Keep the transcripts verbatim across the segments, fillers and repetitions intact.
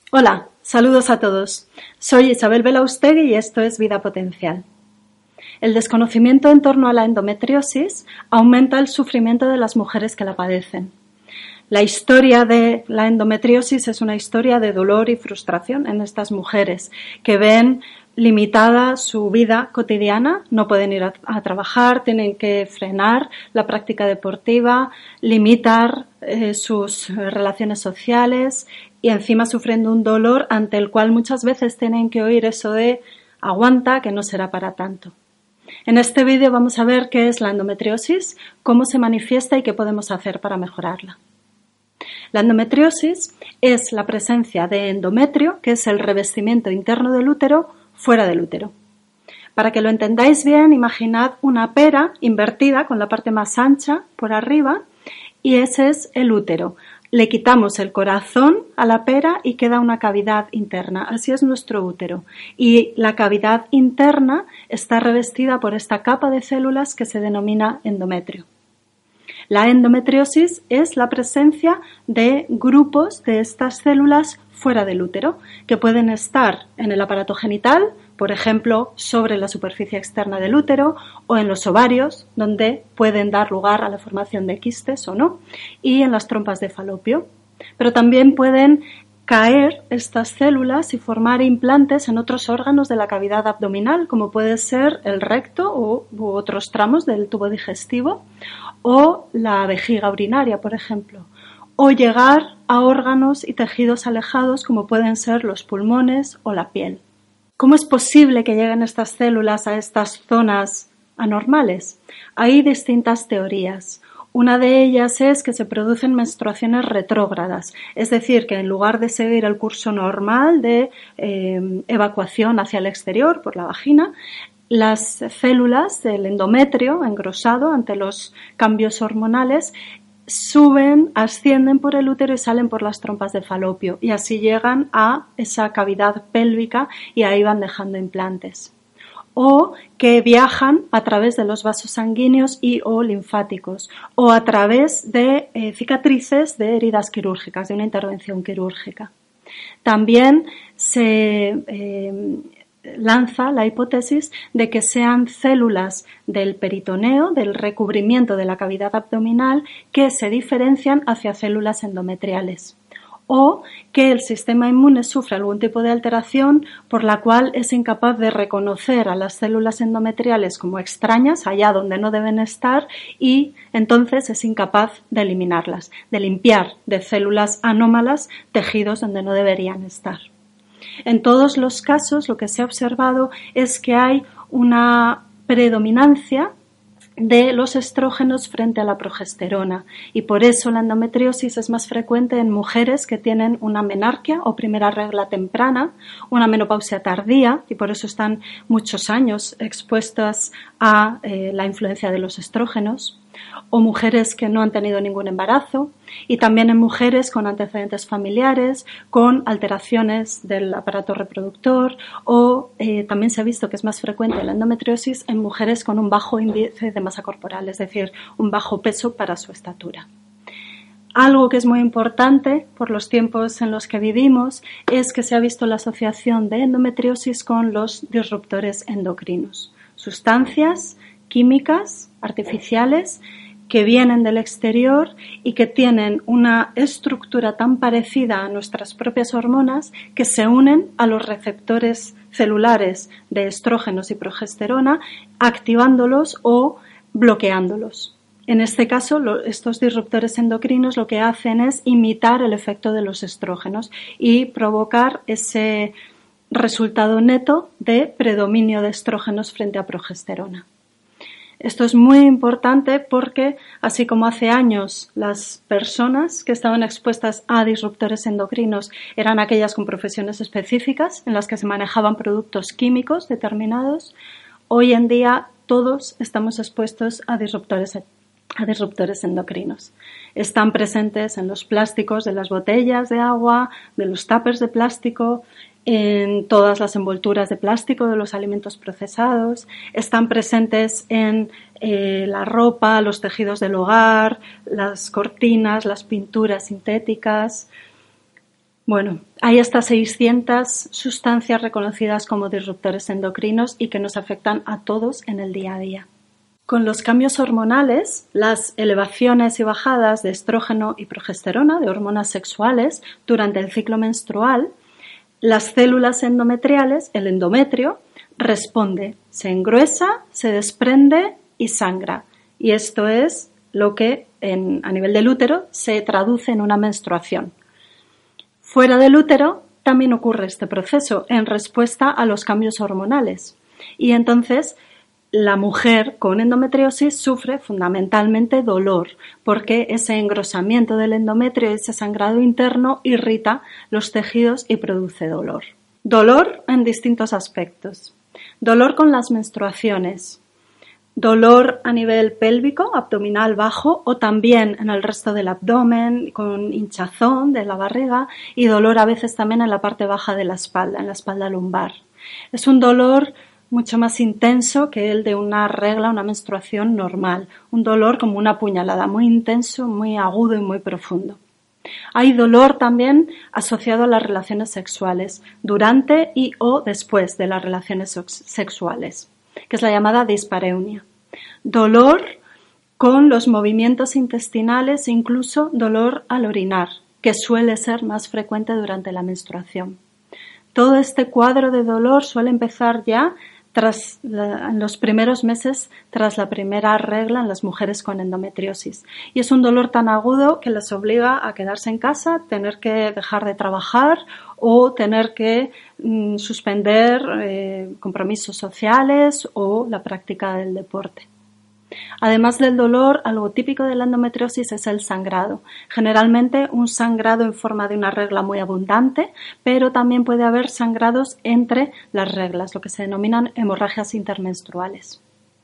Hola, saludos a todos. Soy Isabel Belaustegui y esto es Vida Potencial. El desconocimiento en torno a la endometriosis aumenta el sufrimiento de las mujeres que la padecen. La historia de la endometriosis es una historia de dolor y frustración en estas mujeres que ven limitada su vida cotidiana, no pueden ir a, a trabajar, tienen que frenar la práctica deportiva, limitar eh, sus relaciones sociales y encima sufriendo un dolor ante el cual muchas veces tienen que oír eso de aguanta, que no será para tanto. En este vídeo vamos a ver qué es la endometriosis, cómo se manifiesta y qué podemos hacer para mejorarla. La endometriosis es la presencia de endometrio, que es el revestimiento interno del útero, fuera del útero. Para que lo entendáis bien, imaginad una pera invertida con la parte más ancha por arriba y ese es el útero. Le quitamos el corazón a la pera y queda una cavidad interna. Así es nuestro útero. Y la cavidad interna está revestida por esta capa de células que se denomina endometrio. La endometriosis es la presencia de grupos de estas células fuera del útero, que pueden estar en el aparato genital, por ejemplo, sobre la superficie externa del útero, o en los ovarios, donde pueden dar lugar a la formación de quistes o no, y en las trompas de falopio. Pero también pueden caer estas células y formar implantes en otros órganos de la cavidad abdominal, como puede ser el recto u, u otros tramos del tubo digestivo, o la vejiga urinaria, por ejemplo, o llegar a órganos y tejidos alejados como pueden ser los pulmones o la piel. ¿Cómo es posible que lleguen estas células a estas zonas anormales? Hay distintas teorías. Una de ellas es que se producen menstruaciones retrógradas, es decir, que en lugar de seguir el curso normal de eh, evacuación hacia el exterior por la vagina, las células del endometrio engrosado ante los cambios hormonales suben, ascienden por el útero y salen por las trompas de falopio y así llegan a esa cavidad pélvica y ahí van dejando implantes. O que viajan a través de los vasos sanguíneos y o linfáticos o a través de eh, cicatrices de heridas quirúrgicas, de una intervención quirúrgica. También se eh, lanza la hipótesis de que sean células del peritoneo, del recubrimiento de la cavidad abdominal, que se diferencian hacia células endometriales. O que el sistema inmune sufre algún tipo de alteración por la cual es incapaz de reconocer a las células endometriales como extrañas, allá donde no deben estar, y entonces es incapaz de eliminarlas, de limpiar de células anómalas tejidos donde no deberían estar. En todos los casos, lo que se ha observado es que hay una predominancia de los estrógenos frente a la progesterona y por eso la endometriosis es más frecuente en mujeres que tienen una menarquia o primera regla temprana, una menopausia tardía y por eso están muchos años expuestas a eh, la influencia de los estrógenos, o mujeres que no han tenido ningún embarazo y también en mujeres con antecedentes familiares, con alteraciones del aparato reproductor o eh, también se ha visto que es más frecuente la endometriosis en mujeres con un bajo índice de masa corporal, es decir, un bajo peso para su estatura. Algo que es muy importante por los tiempos en los que vivimos es que se ha visto la asociación de endometriosis con los disruptores endocrinos, sustancias químicas artificiales que vienen del exterior y que tienen una estructura tan parecida a nuestras propias hormonas que se unen a los receptores celulares de estrógenos y progesterona, activándolos o bloqueándolos. En este caso, lo, estos disruptores endocrinos lo que hacen es imitar el efecto de los estrógenos y provocar ese resultado neto de predominio de estrógenos frente a progesterona. Esto es muy importante porque, así como hace años las personas que estaban expuestas a disruptores endocrinos eran aquellas con profesiones específicas en las que se manejaban productos químicos determinados, hoy en día todos estamos expuestos a disruptores, a disruptores endocrinos. Están presentes en los plásticos de las botellas de agua, de los tuppers de plástico, en todas las envolturas de plástico de los alimentos procesados, están presentes en eh, la ropa, los tejidos del hogar, las cortinas, las pinturas sintéticas. Bueno, hay hasta seiscientas sustancias reconocidas como disruptores endocrinos y que nos afectan a todos en el día a día. Con los cambios hormonales, las elevaciones y bajadas de estrógeno y progesterona, de hormonas sexuales, durante el ciclo menstrual, las células endometriales, el endometrio, responde, se engruesa, se desprende y sangra. Y esto es lo que en, a nivel del útero se traduce en una menstruación. Fuera del útero también ocurre este proceso en respuesta a los cambios hormonales. Y entonces la mujer con endometriosis sufre fundamentalmente dolor, porque ese engrosamiento del endometrio, ese sangrado interno, irrita los tejidos y produce dolor. Dolor en distintos aspectos. Dolor con las menstruaciones, dolor a nivel pélvico, abdominal bajo, o también en el resto del abdomen, con hinchazón de la barriga, y dolor a veces también en la parte baja de la espalda, en la espalda lumbar. Es un dolor mucho más intenso que el de una regla, una menstruación normal, un dolor como una puñalada, muy intenso, muy agudo y muy profundo. Hay dolor también asociado a las relaciones sexuales, durante y o después de las relaciones sexuales, que es la llamada dispareunia. Dolor con los movimientos intestinales, incluso dolor al orinar, que suele ser más frecuente durante la menstruación. Todo este cuadro de dolor suele empezar ya tras la, en los primeros meses tras la primera regla en las mujeres con endometriosis. Y es un dolor tan agudo que les obliga a quedarse en casa, tener que dejar de trabajar o tener que mm, suspender eh, compromisos sociales o la práctica del deporte. Además del dolor, algo típico de la endometriosis es el sangrado. Generalmente un sangrado en forma de una regla muy abundante, pero también puede haber sangrados entre las reglas, lo que se denominan hemorragias intermenstruales.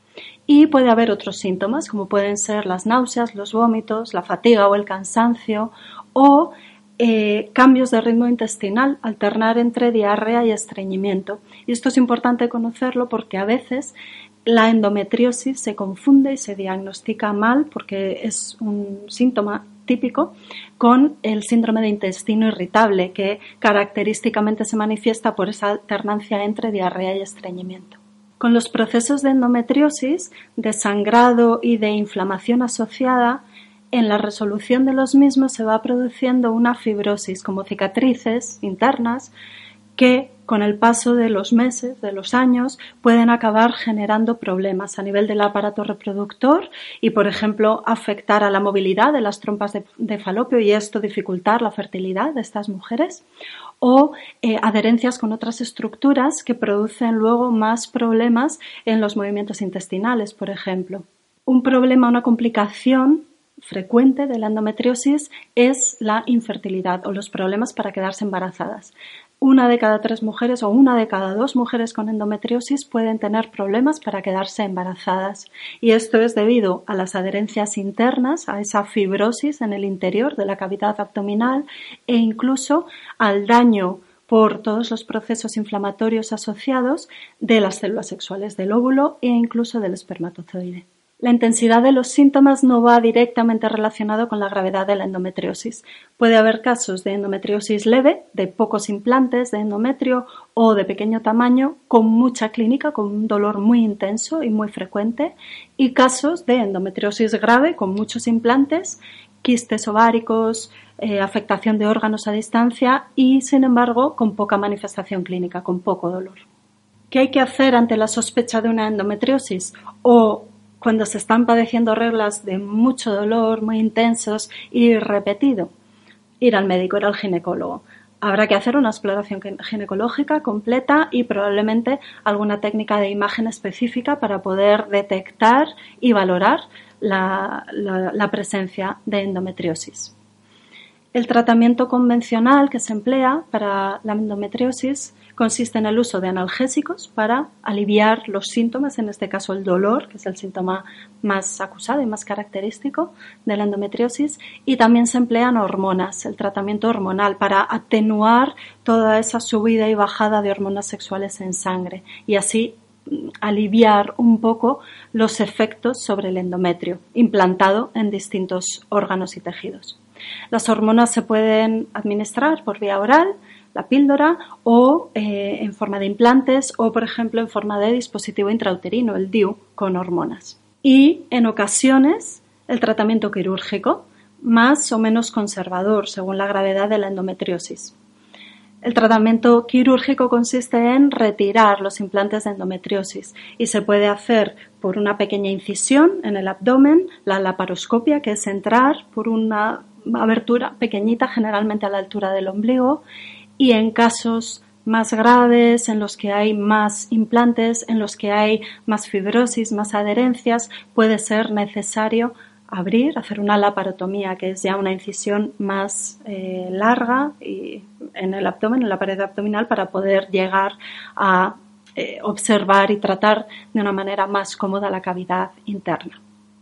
Y puede haber otros síntomas, como pueden ser las náuseas, los vómitos, la fatiga o el cansancio, o eh, cambios de ritmo intestinal, alternar entre diarrea y estreñimiento. Y esto es importante conocerlo porque a veces la endometriosis se confunde y se diagnostica mal porque es un síntoma típico con el síndrome de intestino irritable que característicamente se manifiesta por esa alternancia entre diarrea y estreñimiento. Con los procesos de endometriosis, de sangrado y de inflamación asociada, en la resolución de los mismos se va produciendo una fibrosis como cicatrices internas que con el paso de los meses, de los años, pueden acabar generando problemas a nivel del aparato reproductor y, por ejemplo, afectar a la movilidad de las trompas de, de falopio y esto dificultar la fertilidad de estas mujeres, o eh, adherencias con otras estructuras que producen luego más problemas en los movimientos intestinales, por ejemplo. Un problema, una complicación frecuente de la endometriosis es la infertilidad o los problemas para quedarse embarazadas. Una de cada tres mujeres o una de cada dos mujeres con endometriosis pueden tener problemas para quedarse embarazadas y esto es debido a las adherencias internas, a esa fibrosis en el interior de la cavidad abdominal e incluso al daño por todos los procesos inflamatorios asociados de las células sexuales del óvulo e incluso del espermatozoide. La intensidad de los síntomas no va directamente relacionado con la gravedad de la endometriosis. Puede haber casos de endometriosis leve, de pocos implantes de endometrio o de pequeño tamaño, con mucha clínica, con un dolor muy intenso y muy frecuente, y casos de endometriosis grave, con muchos implantes, quistes ováricos, eh, afectación de órganos a distancia y, sin embargo, con poca manifestación clínica, con poco dolor. ¿Qué hay que hacer ante la sospecha de una endometriosis o cuando se están padeciendo reglas de mucho dolor, muy intensos y repetido? Ir al médico, ir al ginecólogo. Habrá que hacer una exploración ginecológica completa y probablemente alguna técnica de imagen específica para poder detectar y valorar la, la, la presencia de endometriosis. El tratamiento convencional que se emplea para la endometriosis consiste en el uso de analgésicos para aliviar los síntomas, en este caso el dolor, que es el síntoma más acusado y más característico de la endometriosis, y también se emplean hormonas, el tratamiento hormonal, para atenuar toda esa subida y bajada de hormonas sexuales en sangre y así aliviar un poco los efectos sobre el endometrio implantado en distintos órganos y tejidos. Las hormonas se pueden administrar por vía oral, la píldora, o eh, en forma de implantes o, por ejemplo, en forma de dispositivo intrauterino, el D I U, con hormonas. Y, en ocasiones, el tratamiento quirúrgico, más o menos conservador, según la gravedad de la endometriosis. El tratamiento quirúrgico consiste en retirar los implantes de endometriosis y se puede hacer por una pequeña incisión en el abdomen, la laparoscopia, que es entrar por una abertura pequeñita, generalmente a la altura del ombligo, y en casos más graves, en los que hay más implantes, en los que hay más fibrosis, más adherencias, puede ser necesario abrir, hacer una laparotomía, que es ya una incisión más eh, larga y en el abdomen, en la pared abdominal, para poder llegar a eh, observar y tratar de una manera más cómoda la cavidad interna.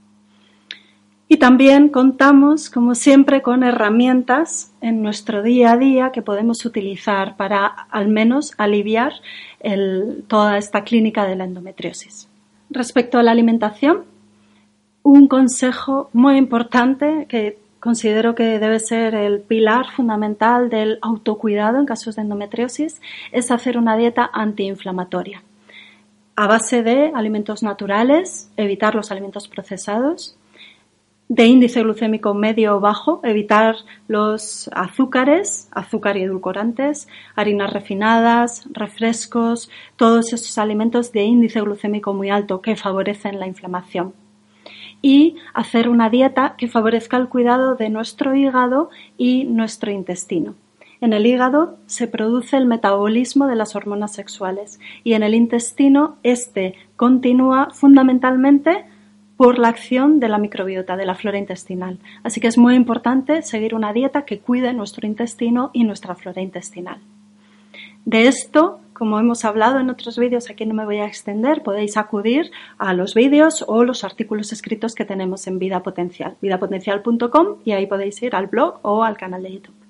Y también contamos, como siempre, con herramientas en nuestro día a día que podemos utilizar para al menos aliviar el, toda esta clínica de la endometriosis. Respecto a la alimentación, un consejo muy importante que considero que debe ser el pilar fundamental del autocuidado en casos de endometriosis es hacer una dieta antiinflamatoria a base de alimentos naturales, evitar los alimentos procesados, de índice glucémico medio o bajo, evitar los azúcares, azúcar y edulcorantes, harinas refinadas, refrescos, todos esos alimentos de índice glucémico muy alto que favorecen la inflamación. Y hacer una dieta que favorezca el cuidado de nuestro hígado y nuestro intestino. En el hígado se produce el metabolismo de las hormonas sexuales y en el intestino este continúa fundamentalmente por la acción de la microbiota, de la flora intestinal. Así que es muy importante seguir una dieta que cuide nuestro intestino y nuestra flora intestinal. De esto, como hemos hablado en otros vídeos, aquí no me voy a extender, podéis acudir a los vídeos o los artículos escritos que tenemos en Vida Potencial, vida potencial punto com, y ahí podéis ir al blog o al canal de YouTube.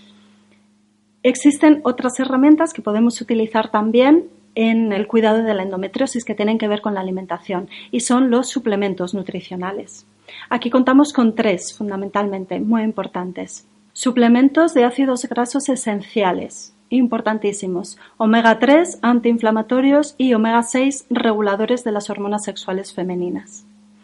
Existen otras herramientas que podemos utilizar también en el cuidado de la endometriosis que tienen que ver con la alimentación y son los suplementos nutricionales. Aquí contamos con tres, fundamentalmente, muy importantes. Suplementos de ácidos grasos esenciales, importantísimos, omega tres antiinflamatorios y omega seis reguladores de las hormonas sexuales femeninas.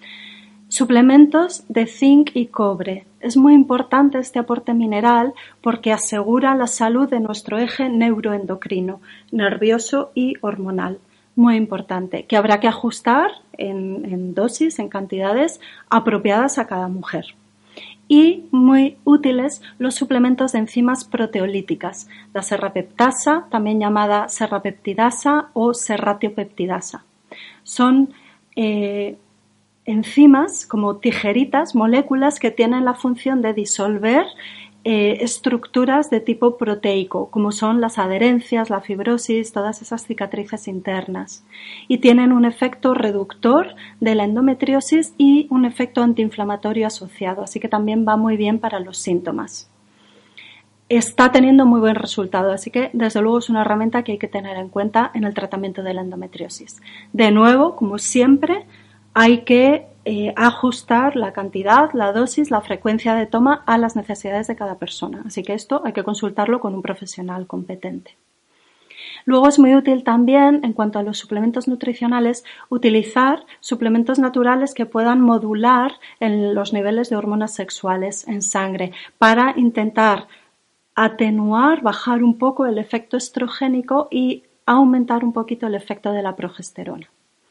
Suplementos de zinc y cobre. Es muy importante este aporte mineral porque asegura la salud de nuestro eje neuroendocrino, nervioso y hormonal. Muy importante, que habrá que ajustar en, en dosis, en cantidades apropiadas a cada mujer. Y muy útiles los suplementos de enzimas proteolíticas, la serrapeptasa, también llamada serrapeptidasa o serratiopeptidasa. Son eh, enzimas como tijeritas, moléculas que tienen la función de disolver eh, estructuras de tipo proteico, como son las adherencias, la fibrosis, todas esas cicatrices internas. Y tienen un efecto reductor de la endometriosis y un efecto antiinflamatorio asociado, así que también va muy bien para los síntomas. Está teniendo muy buen resultado, así que desde luego es una herramienta que hay que tener en cuenta en el tratamiento de la endometriosis. De nuevo, como siempre, hay que eh, ajustar la cantidad, la dosis, la frecuencia de toma a las necesidades de cada persona. Así que esto hay que consultarlo con un profesional competente. Luego es muy útil también, en cuanto a los suplementos nutricionales, utilizar suplementos naturales que puedan modular en los niveles de hormonas sexuales en sangre para intentar atenuar, bajar un poco el efecto estrogénico y aumentar un poquito el efecto de la progesterona.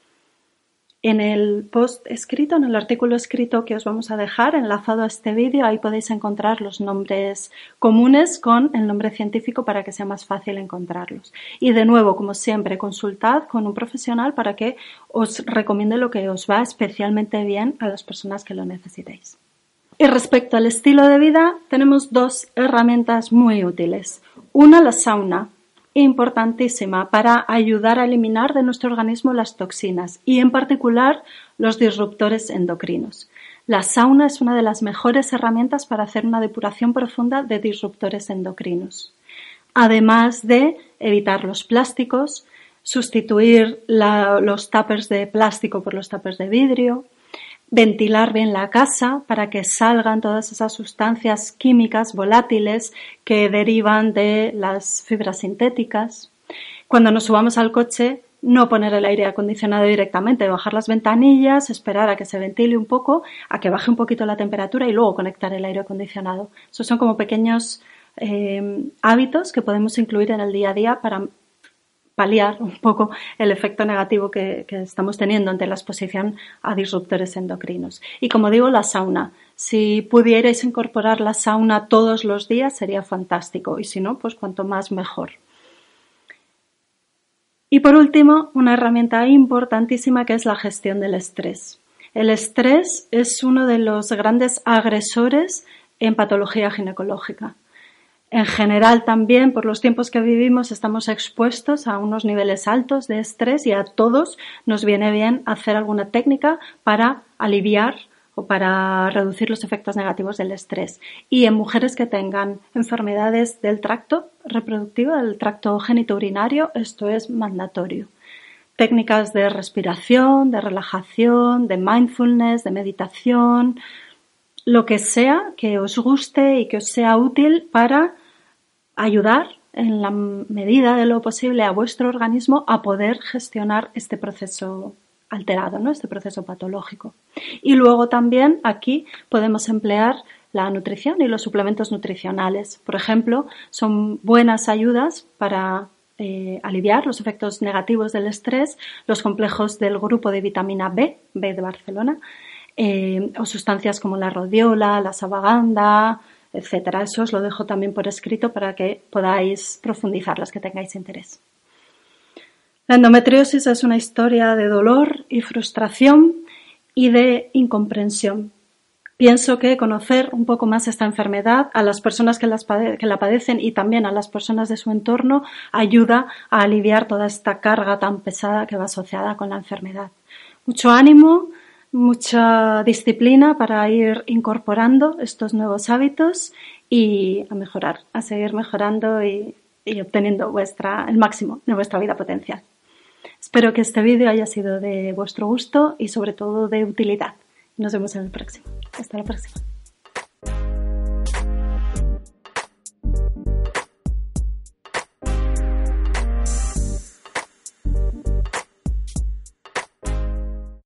En el post escrito, en el artículo escrito que os vamos a dejar enlazado a este vídeo, ahí podéis encontrar los nombres comunes con el nombre científico para que sea más fácil encontrarlos. Y de nuevo, como siempre, consultad con un profesional para que os recomiende lo que os va especialmente bien a las personas que lo necesitéis. Y respecto al estilo de vida, tenemos dos herramientas muy útiles. Una, la sauna, importantísima para ayudar a eliminar de nuestro organismo las toxinas y en particular los disruptores endocrinos. La sauna es una de las mejores herramientas para hacer una depuración profunda de disruptores endocrinos. Además de evitar los plásticos, sustituir la, los tuppers de plástico por los tuppers de vidrio, ventilar bien la casa para que salgan todas esas sustancias químicas volátiles que derivan de las fibras sintéticas. Cuando nos subamos al coche, no poner el aire acondicionado directamente, bajar las ventanillas, esperar a que se ventile un poco, a que baje un poquito la temperatura y luego conectar el aire acondicionado. Esos son como pequeños eh, hábitos que podemos incluir en el día a día para paliar un poco el efecto negativo que, que estamos teniendo ante la exposición a disruptores endocrinos. Y como digo, la sauna. Si pudierais incorporar la sauna todos los días sería fantástico y si no, pues cuanto más mejor. Y por último, una herramienta importantísima que es la gestión del estrés. El estrés es uno de los grandes agresores en patología ginecológica. En general también, por los tiempos que vivimos, estamos expuestos a unos niveles altos de estrés y a todos nos viene bien hacer alguna técnica para aliviar o para reducir los efectos negativos del estrés. Y en mujeres que tengan enfermedades del tracto reproductivo, del tracto genitourinario, esto es mandatorio. Técnicas de respiración, de relajación, de mindfulness, de meditación, lo que sea que os guste y que os sea útil para ayudar en la medida de lo posible a vuestro organismo a poder gestionar este proceso alterado, ¿no? Este proceso patológico. Y luego también aquí podemos emplear la nutrición y los suplementos nutricionales. Por ejemplo, son buenas ayudas para eh, aliviar los efectos negativos del estrés, los complejos del grupo de vitamina B, B de Barcelona, eh, o sustancias como la rodiola, la sabaganda, etcétera. Eso os lo dejo también por escrito para que podáis profundizar los que tengáis interés. La endometriosis es una historia de dolor y frustración y de incomprensión. Pienso que conocer un poco más esta enfermedad a las personas que, las pade- que la padecen y también a las personas de su entorno ayuda a aliviar toda esta carga tan pesada que va asociada con la enfermedad. Mucho ánimo, mucha disciplina para ir incorporando estos nuevos hábitos y a mejorar, a seguir mejorando y, y obteniendo vuestra, el máximo de vuestra vida potencial. Espero que este vídeo haya sido de vuestro gusto y sobre todo de utilidad. Nos vemos en el próximo. Hasta la próxima.